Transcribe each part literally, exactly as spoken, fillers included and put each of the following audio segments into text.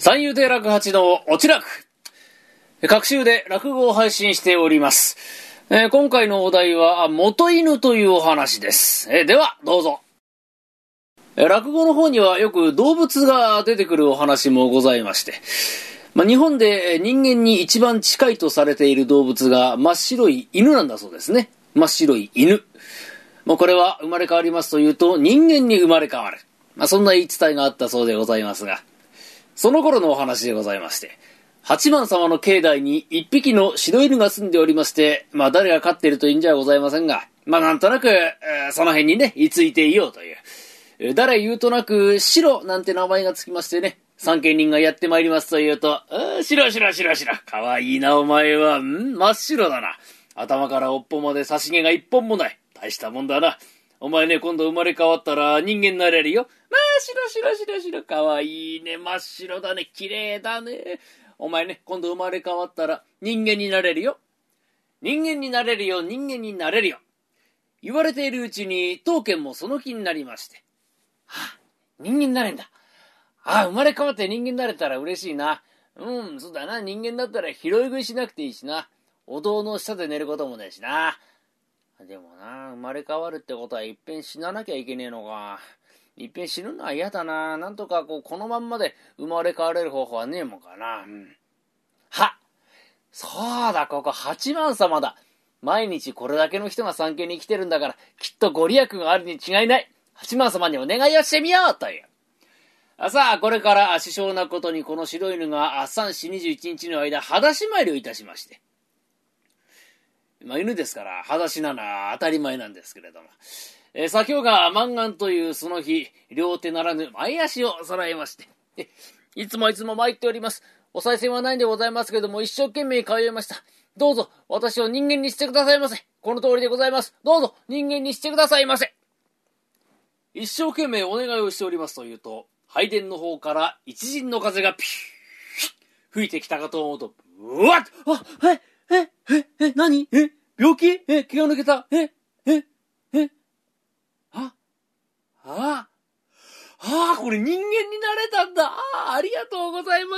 三遊亭楽八のおちらく。各週で落語を配信しております。えー、今回のお題は元犬というお話です。えー、ではどうぞ。えー、落語の方にはよく動物が出てくるお話もございまして、まあ、日本で人間に一番近いとされている動物が真っ白い犬なんだそうですね。真っ白い犬。もうこれは生まれ変わりますというと人間に生まれ変わる。まあ、そんな言い伝えがあったそうでございますが、その頃のお話でございまして、八幡様の境内に一匹の白犬が住んでおりまして、まあ誰が飼っているといいんじゃございませんが、まあなんとなく、えー、その辺にね、居ついていようという、えー、誰言うとなく、白なんて名前がつきましてね、三軒人がやってまいりますと言うと、あ白白白白、かわいいなお前は、ん真っ白だな。頭から尾っぽまで差し毛が一本もない。大したもんだな。お前ね、今度生まれ変わったら人間になれるよ。まあ、白白白白、かわいいね、真っ白だね、綺麗だね。お前ね、今度生まれ変わったら人間になれるよ。人間になれるよ、人間になれるよ。言われているうちに、当家もその気になりまして。はあ、人間になれんだ。ああ、生まれ変わって人間になれたら嬉しいな。うん、そうだな、人間だったら拾い食いしなくていいしな。お堂の下で寝ることもねえしな。でもな、生まれ変わるってことはいっぺん死ななきゃいけねえのか。いっぺん死ぬのは嫌だな。なんとかこうこのまんまで生まれ変われる方法はねえもんかな。うん、はそうだ、ここ八幡様だ。毎日これだけの人が参詣に来てるんだから、きっとご利益があるに違いない。八幡様にお願いをしてみようという。さあ、これから殊勝なことにこの白犬がさんしにじゅういちにちの間、裸足参りをいたしまして。まあ、犬ですから裸足なのは当たり前なんですけれども、えー、先ほどが満願というその日、両手ならぬ前足を揃えまして、えいつもいつも参っております。お賽銭はないんでございますけれども、一生懸命通いました。どうぞ私を人間にしてくださいませ。この通りでございます。どうぞ人間にしてくださいませ。一生懸命お願いをしておりますというと、拝殿の方から一陣の風がピュー吹いてきたかと思うと、うわっあええ、え、え、何え、病気え、気が抜けたえ、え、え、あ、あ、ああ、これ人間になれたんだああ、ありがとうございます、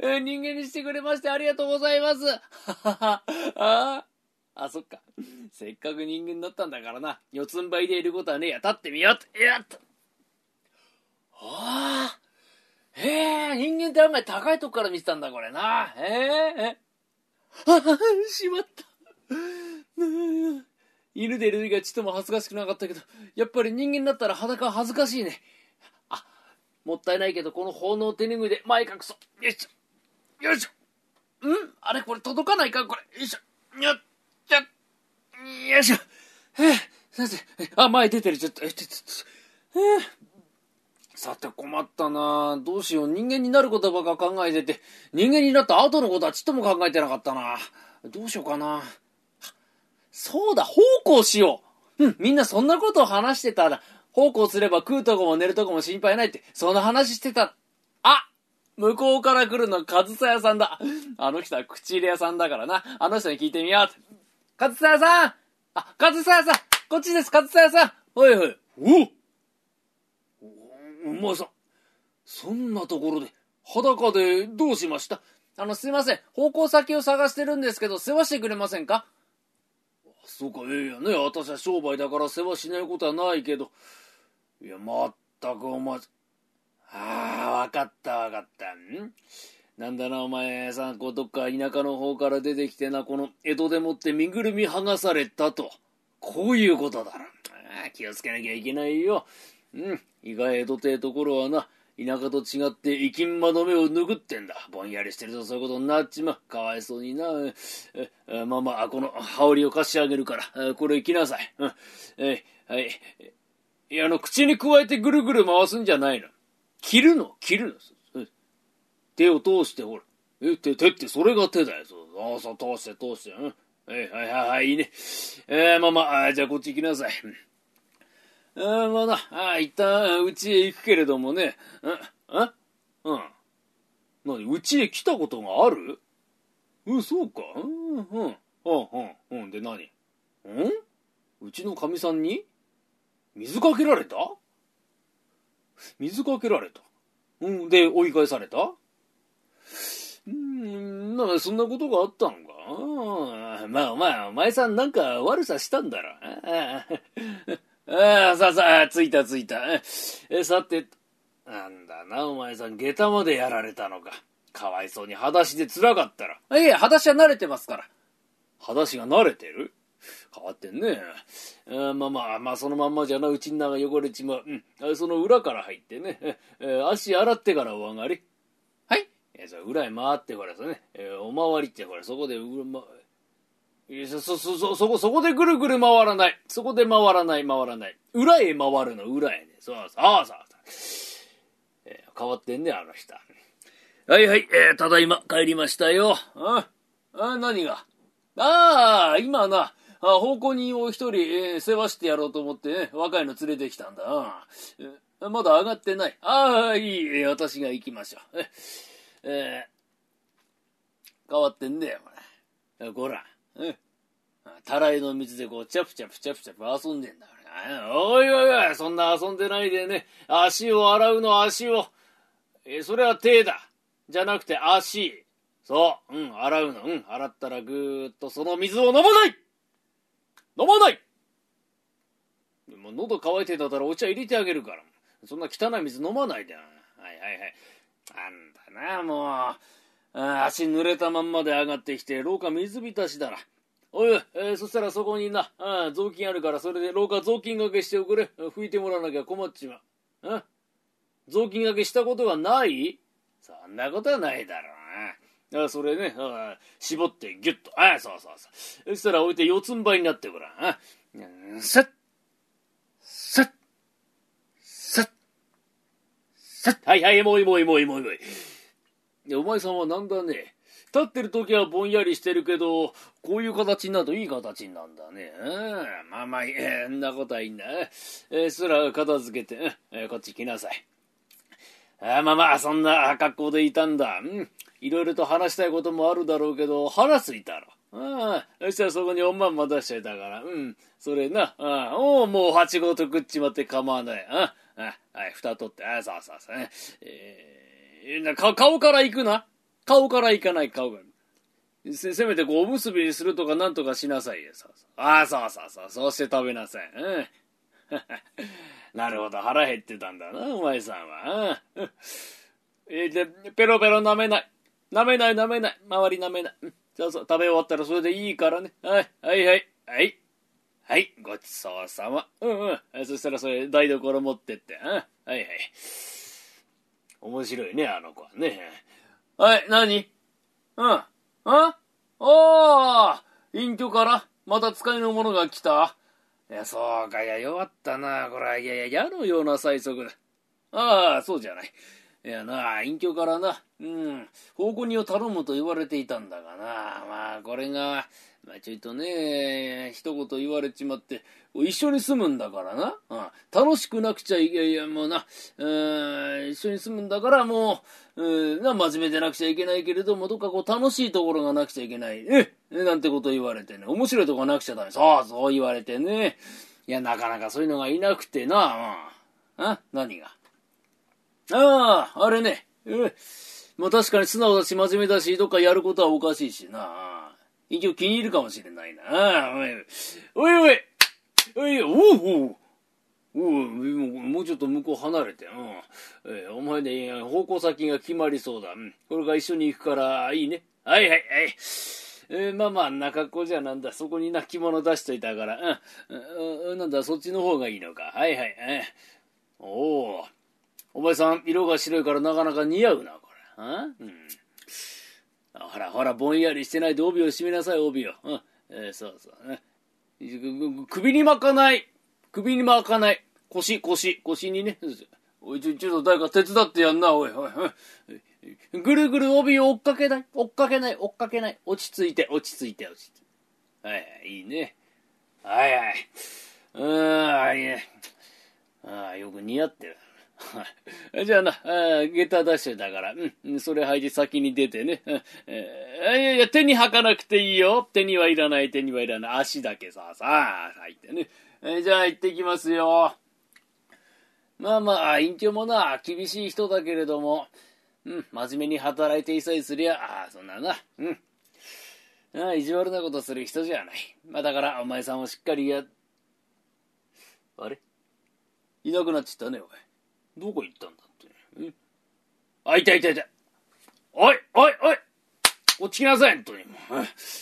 えー、人間にしてくれましてありがとうございますははは、ああ、そっか。せっかく人間だったんだからな。四つん這いでいることはねえや。立ってみようって。やっと。ああ、へえ、人間って案外高いとこから見てたんだ、これな。へえ、ああ、しまった。犬でいる時はちっとも恥ずかしくなかったけど、やっぱり人間だったら裸は恥ずかしいね。あ、もったいないけど、この奉納手拭いで前隠そう。よいしょ。よいしょ。んあれこれ届かないかこれ。よいしょ。よっちゃ。よいしょ。へえ、さて、あ、前出てる。ちょっと、え、ちょっと、へえ。さて困ったな。どうしよう。人間になることばっか考えてて、人間になった後のことはちっとも考えてなかったな。どうしようかな。そうだ、奉公しよう。うん、みんなそんなことを話してたら、奉公すれば食うとこも寝るとこも心配ないって、そんな話してた。あ、向こうから来るのかずさ屋さんだ。あの人は口入れ屋さんだからな。あの人に聞いてみよう。かずさ屋さんあ、かずさ屋さんこっちです、かずさ屋さんおいおい。おお、お前さん。そんなところで、裸でどうしました？あの、すいません。奉公先を探してるんですけど、世話してくれませんか？そうか、ええやね。私は商売だから世話しないことはないけど。いや、まったくお前、ああ、わかったわかった。んなんだな、お前さん、こう、どっか田舎の方から出てきてな、この江戸でもって身ぐるみ剥がされたと。こういうことだろ。ああ、気をつけなきゃいけないよ。うん、意外江戸ってところはな、田舎と違って生きんまの目を拭ってんだ。ぼんやりしてるとそういうことになっちまう。かわいそうにな。ええまあまあ、この羽織を貸してあげるから、これ着なさい。うん、えはい。いや、あの、口に加えてぐるぐる回すんじゃないの。切るの切るの。手を通して、ほら。え、手、手ってそれが手だよ。そうそう、通して通して。うん。はいはいはいはい、いいね。えー、まあまあ、あじゃあこっち行きなさい。あーまあな、あ一旦、うちへ行くけれどもね。うん、うん。何、うちへ来たことがある？うん、そうか。うん、うん。うん、うん。うん、で何？ん？うちのかみさんに水かけられた？水かけられた。うん、で、追い返された？ な、そんなことがあったのか。あまあ、お前、お前さんなんか悪さしたんだろ。ああ、さあさあ、着いた着いた。え、さて、なんだな、お前さん、下駄までやられたのか。かわいそうに裸足で辛かったら。いや、裸足は慣れてますから。裸足が慣れてる？変わってんね。あまあまあ、まあそのまんまじゃな、うちん中汚れちまう。うん。その裏から入ってね、え足洗ってからお上がり。はい。えそれ裏へ回ってからさね、えお回りってこれそこで、うま、そ、そ、そ、そ、そこ、そこでぐるぐる回らない。そこで回らない、回らない。裏へ回るの、裏へね。そうそう、そうそう。えー、変わってんね、あの人。はいはい、えー、ただいま帰りましたよ。ああ、何が？ああ、今な、あ奉公人を一人、えー、世話してやろうと思って、ね、若いの連れてきたんだ。あえー、まだ上がってない。ああ、いい、えー、私が行きましょう。ええー、変わってんねよ、これ。ごらん。えたらいの水でこう、チャプチャプチャプチャプ遊んでんだから。おいおいおい、そんな遊んでないでね、足を洗うの、足を。えー、それは手だ。じゃなくて足。そう、うん、洗うの、うん、洗ったらぐーっとその水を飲まない飲まないもう喉乾いてたらお茶入れてあげるから。そんな汚い水飲まないで。はいはいはい。あんだな、もう。あ足濡れたまんまで上がってきて、廊下水浸しだな。おい、えー、そしたらそこにな、あ雑巾あるから、それで廊下雑巾がけしておくれ。拭いてもらわなきゃ困っちまう。あ雑巾がけしたことがない？そんなことはないだろうな。あそれね、あ絞ってギュッと。あそうそうそう。そしたら置いて四つん這いになってごらん。あさっ、さっ、さっ、さっ。はいはい、もういもういもういもういもうい。お前さんはなんだね。立ってる時はぼんやりしてるけど、こういう形になるといい形になんだね。うん、まあまあ、えー、んなことはいいんだ。えー、そしたら片付けて、えー、こっち来なさい。あまあまあ、そんな格好でいたんだ。うん。いろいろと話したいこともあるだろうけど、腹すいたろ。ああ、そしたらそこにおまんま出しちゃいたから。うん。それな。ああ、おう、もう八ごと食っちまって構わない。ああ、はい、蓋取って。ああ、そうそうそう。えー、な顔、顔から行くな。顔から行かない、顔から。せ、せめてこう、おむすびにするとかなんとかしなさいよ。そうそう。ああ、そうそうそう。そうして食べなさい。うん。なるほど、腹減ってたんだな、お前さんは。えー、で、ペロペロ舐めない。舐めない舐めない。周り舐めない。そうそう、食べ終わったらそれでいいからね。はい、はいはい、はい。はい、ごちそうさま。うんうん。そしたらそれ台所持ってって。うん、はいはい。面白いね、あの子はね。はい、何？うん。あああ隠居からまた使いの者が来た。いや、そうか、いや、弱ったな、これ。いやいや、矢のような催促だ。ああ、そうじゃない。いやな、隠居からな、うん、奉公人を頼むと言われていたんだがな、まあ、これが、まあ、ちょいとね、一言言われちまって、一緒に住むんだからな、うん、楽しくなくちゃいけ、いや、もうな、うん、一緒に住むんだからもう、うん、な、真面目でなくちゃいけないけれども、どっかこう楽しいところがなくちゃいけない、え、なんてこと言われてね、面白いところがなくちゃダメ、そうそう言われてね、いや、なかなかそういうのがいなくてな、うん、あ、何がああ、あれね。うん。まあ確かに素直だし真面目だし、どっかやることはおかしいしな。一応気に入るかもしれないな。ああ、おいおい。おいおい。おうおう。おう、もうちょっと向こう離れて。うん。えー、お前ね、方向先が決まりそうだ。うん。これから一緒に行くから、いいね。はいはいはい。えー、まあまあ、中子じゃなんだ。そこにな、着物出しといたから。うん。うん、なんだ、そっちの方がいいのか。はいはい。えー、おお。お前さん、色が白いからなかなか似合うな、これ。あうん。ほら、ほら、ぼんやりしてないで帯を締めなさい、帯を。うん。えー、そうそう。ね、首に巻かない。首に巻かない。腰、腰、腰にね。おい、ちょ、ちょっと誰か手伝ってやんな、おい、おい、おい。ぐるぐる帯を追っかけない。追っかけない、追っかけない。落ち着いて、落ち着いて、落ち着いて。はい、いいね。はいはい。うーん、いいね。ああ、よく似合ってる。じゃあな、あ下駄出してたから、うん、それ履いて先に出てね。えー、いやいや、手に履かなくていいよ。手にはいらない、手にはいらない。足だけさ、さあ、履いてね。えー、じゃあ行ってきますよ。まあまあ、隠居もな、厳しい人だけれども、 うん、真面目に働いていさえすりゃ、ああ、そんなな。うん。ああ、意地悪なことする人じゃない。まあだから、お前さんをしっかりや、あれいなくなっちゃったね、お前。どこ行ったんだって。えあ、いたいたいた。おいおいおいこっち来なさい、本当に。もう。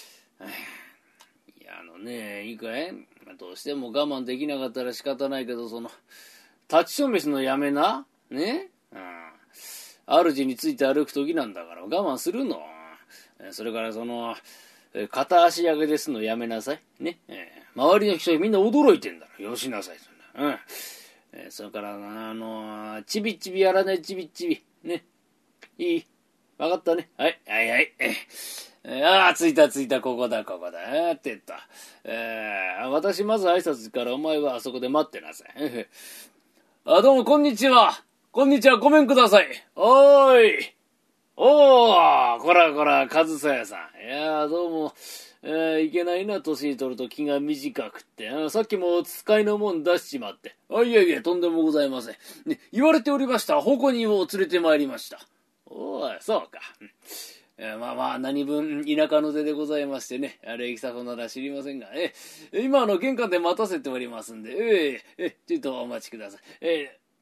いや、あのね、いいかいどうしても我慢できなかったら仕方ないけど、その、立ちション飯のやめなねうん。主について歩く時なんだから我慢するの。それからその、片足上げですのやめなさい。ね。周りの人みんな驚いてんだろ。よしなさい。そんな。うん。それから、あの、ちびちびやらないちびちび。ね。いいわかったね。はい、はい、はい。えー、ああ、着いた着いた、ここだ、ここだ。えー、って言った。えー、私まず挨拶からお前はあそこで待ってなさい。あ、どうも、こんにちは。こんにちは、ごめんください。おーい。おー、こらこら、かずさやさん。いやー、どうも、えー、いけないな、年に取ると気が短くって。さっきも使いのもん出しちまって。あ、いえいえ、とんでもございません。ね、言われておりました。奉公人を連れてまいりました。おい、そうか。えー、まあまあ、何分田舎の出でございましてね、あれ、いきさこなら知りませんが、えー、今、あの、玄関で待たせておりますんで、えー、えー、ちょっとお待ちください。えー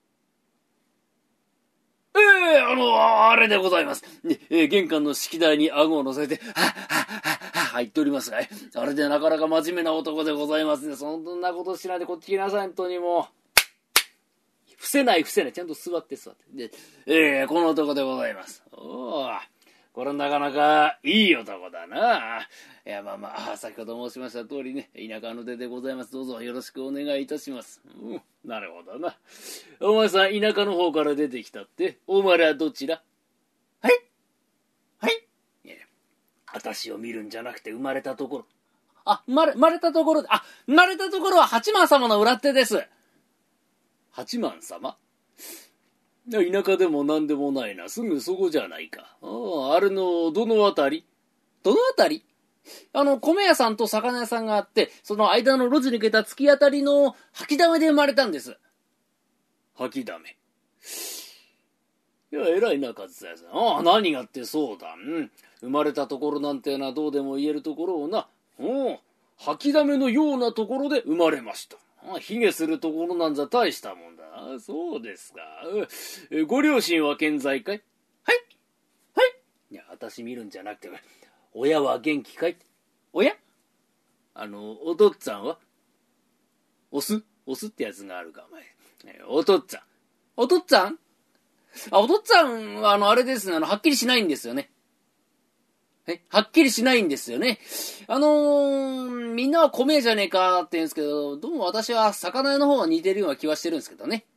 ええー、あの、あれでございます。ね、えー、玄関の式台に顎を乗せて、はっはっはっはっ入っておりますが、あれでなかなか真面目な男でございますね。そんなことしないでこっち来なさい、本当にもう。伏せない、伏せない。ちゃんと座って座って。で、えー、この男でございます。おー。これなかなかいい男だな。いや、まあまあ、先ほど申しました通りね、田舎の出でございます。どうぞよろしくお願いいたします。うん、なるほどな。お前さん、田舎の方から出てきたって、お前らどちらはいはいいや、私を見るんじゃなくて生まれたところ。あ、生まれ、生まれたところで、あ、生まれたところは八幡様の裏手です。八幡様田舎でも何でもないな。すぐそこじゃないか。ああ、あれの、どのあたりどのあたりあの、米屋さんと魚屋さんがあって、その間の路地抜けた突き当たりの吐きだめで生まれたんです。吐きだめ。いや、偉いな、勝田屋さん。ああ、何がってそうだ。うん。生まれたところなんてのはどうでも言えるところをな、おう、吐きだめのようなところで生まれました。ああ、卑下するところなんざ大したもんだ。そうですか。え、ご両親は健在かいはいはいいや、私見るんじゃなくて、親は元気かい親あの、お父っつぁんはオスオスってやつがあるか、お前。お父っつぁん。お父っつぁんあ、お父っつぁんは、あの、あれですね、あの、はっきりしないんですよね。えはっきりしないんですよね。あのー、みんなは米じゃねえかって言うんですけど、どうも私は魚屋の方が似てるような気はしてるんですけどね。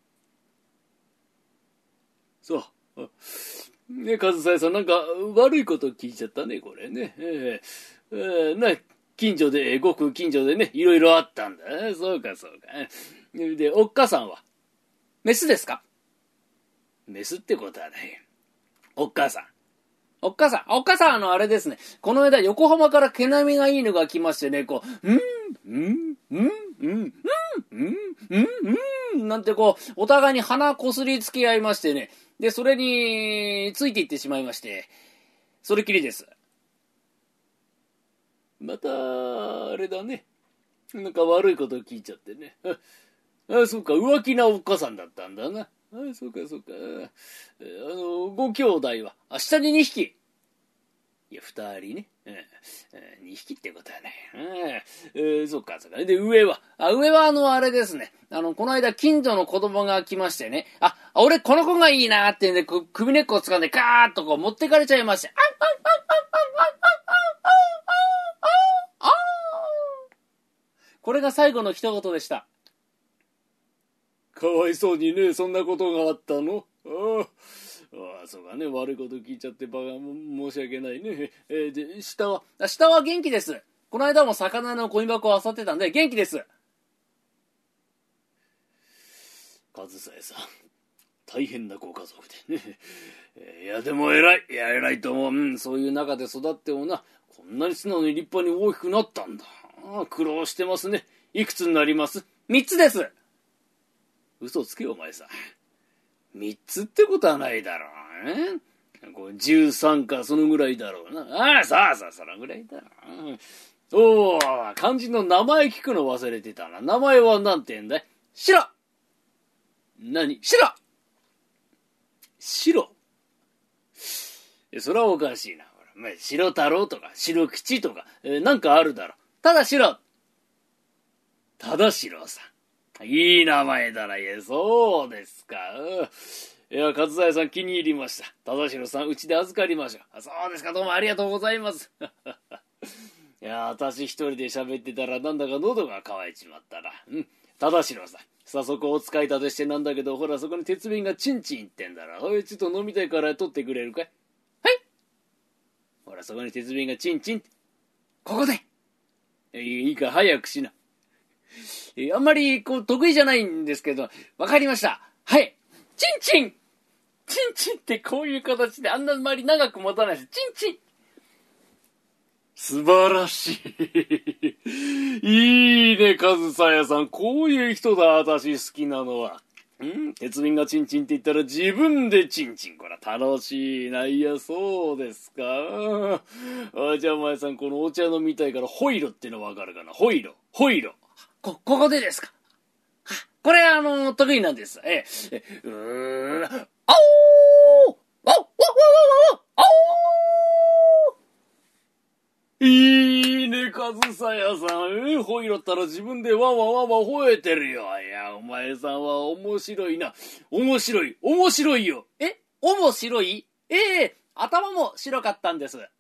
そう。ね、かずさやさん、なんか悪いこと聞いちゃったね、これね。えー、えー、な、近所で、ごく近所でね、いろいろあったんだ。そうか、そうか。で、おっかさんはメスですかメスってことはない。おっかさん。おっかさん、おっかさん、あの、あれですね。この間、横浜から毛並みがいいのが来ましてね、こう、んんんんんんんんんんなんてこう、お互いに鼻こすりつけ合いましてね。で、それに、ついていってしまいまして、それきりです。また、あれだね。なんか悪いこと聞いちゃってね。あ、あそうか、浮気なおっかさんだったんだな。ああ、そうか、そうか。あの、ご兄弟は、あ、下ににひき。いや、二人ね。うん。二匹ってことはね。うん。えー、そっか、そっか。で、上は、あ、上はあの、あれですね。あの、この間、近所の子供が来ましてね。あ、俺、この子がいいなーってんで、首根っこを掴んで、カーッとこう、持ってかれちゃいまして。あんあんあんあんあんあんあんあんあんあんこれが最後の一言でした。かわいそうにね、そんなことがあったのああ。ああ、そうかね。悪いこと聞いちゃってバカ申し訳ないね。えー、で、下は、下は元気です。この間も魚のゴミ箱を漁ってたんで、元気です。上総屋さん、大変なご家族でね。いや、でも偉い。いや、偉いと思う。うん、そういう中で育ってもな、こんなに素直に立派に大きくなったんだ。ああ、苦労してますね。いくつになります三つです。嘘つけよ、お前さん。 三つってことはないだろうね。こうじゅうさんかそのぐらいだろうな。ああ、さあさあ、そのぐらいだろう。おお、漢字の名前聞くの忘れてたな。名前はなんて言うんだい？シロ。何？シロ。シロ。それはおかしいな。白太郎とか白吉とか、えー、なんかあるだろう。ただ白。ただ白さん。いい名前だな。いや、そうですか。いや、勝沢さん気に入りました。ただ白さん、うちで預かりましょう。そうですか、どうもありがとうございます。いや、私一人で喋ってたらなんだか喉が渇いちまったな。うん。ただ白さん。早速お使い立てしてなんだけど、ほらそこに鉄瓶がチンチンってんだろ。おい、ちょっと飲みたいから取ってくれるかい？はい。ほらそこに鉄瓶がチンチンって。ここで。いいか、早くしな。あんまりこう得意じゃないんですけど、わかりました。はい。チンチンチンチンってこういう形であんなまり長く持たないです。チンチン。素晴らしい。いいね、かずさやさん。こういう人だ、私好きなのは。ん？鉄瓶がチンチンって言ったら自分でチンチン。これ楽しいな。いや、そうですか。あ、じゃあ、お前さん、このお茶飲みたいから、ホイロってのわかるかな？ホイロ。ホイロ。こ、ここでですか？これ、あの、得意なんです。ええ、うーん、あおーあおわわわわわあおーいいね、かずさやさん。えー、ほいろったら自分でワンワンワンワン吠えてるよ。いや、お前さんは面白いな。面白い、面白いよ。え面白いええー、頭も白かったんです。